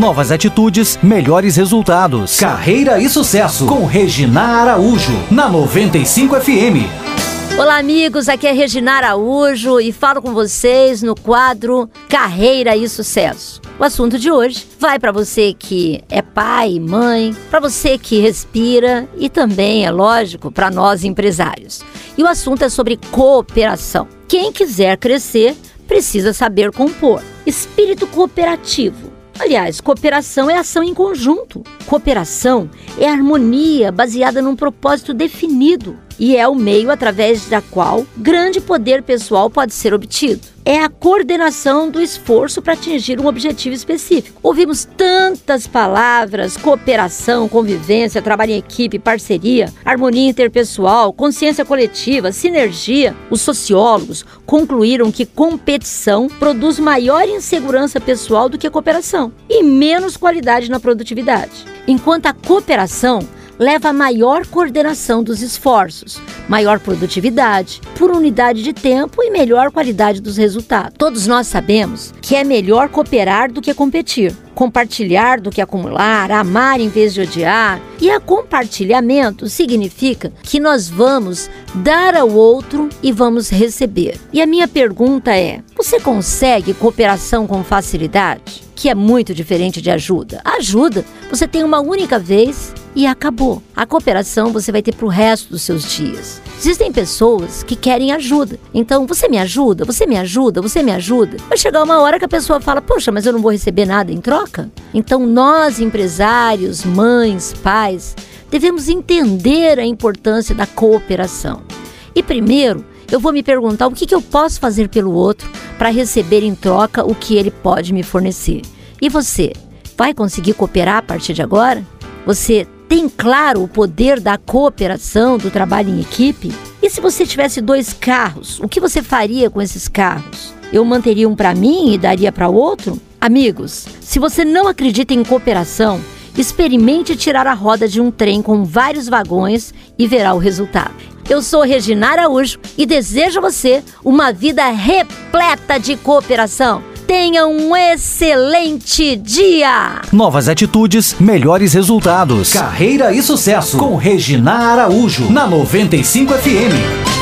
Novas atitudes, melhores resultados. Carreira e sucesso com Regina Araújo, na 95 FM. Olá, amigos, aqui é Regina Araújo e falo com vocês no quadro Carreira e Sucesso. O assunto de hoje vai para você que é pai, mãe, para você que respira e também, é lógico, para nós empresários. E o assunto é sobre cooperação. Quem quiser crescer precisa saber compor. Espírito cooperativo. Aliás, cooperação é ação em conjunto. Cooperação é harmonia baseada num propósito definido e é o meio através da qual grande poder pessoal pode ser obtido. É a coordenação do esforço para atingir um objetivo específico. Ouvimos tantas palavras: cooperação, convivência, trabalho em equipe, parceria, harmonia interpessoal, consciência coletiva, sinergia. Os sociólogos concluíram que competição produz maior insegurança pessoal do que a cooperação e menos qualidade na produtividade, enquanto a cooperação leva a maior coordenação dos esforços, maior produtividade, por unidade de tempo e melhor qualidade dos resultados. Todos nós sabemos que é melhor cooperar do que competir, compartilhar do que acumular, amar em vez de odiar. E a compartilhamento significa que nós vamos dar ao outro e vamos receber. E a minha pergunta é: você consegue cooperação com facilidade? Que é muito diferente de ajuda. A ajuda você tem uma única vez e acabou. A cooperação você vai ter para o resto dos seus dias. Existem pessoas que querem ajuda. Então, você me ajuda, você me ajuda, você me ajuda. Vai chegar uma hora que a pessoa fala: poxa, mas eu não vou receber nada em troca? Então, nós, empresários, mães, pais, devemos entender a importância da cooperação. E primeiro, eu vou me perguntar o que eu posso fazer pelo outro para receber em troca o que ele pode me fornecer. E você, vai conseguir cooperar a partir de agora? Você tem claro o poder da cooperação, do trabalho em equipe? E se você tivesse 2 carros, o que você faria com esses carros? Eu manteria um para mim e daria para outro? Amigos, se você não acredita em cooperação, experimente tirar a roda de um trem com vários vagões e verá o resultado. Eu sou Regina Araújo e desejo a você uma vida repleta de cooperação. Tenha um excelente dia! Novas atitudes, melhores resultados. Carreira e sucesso com Regina Araújo, na 95 FM.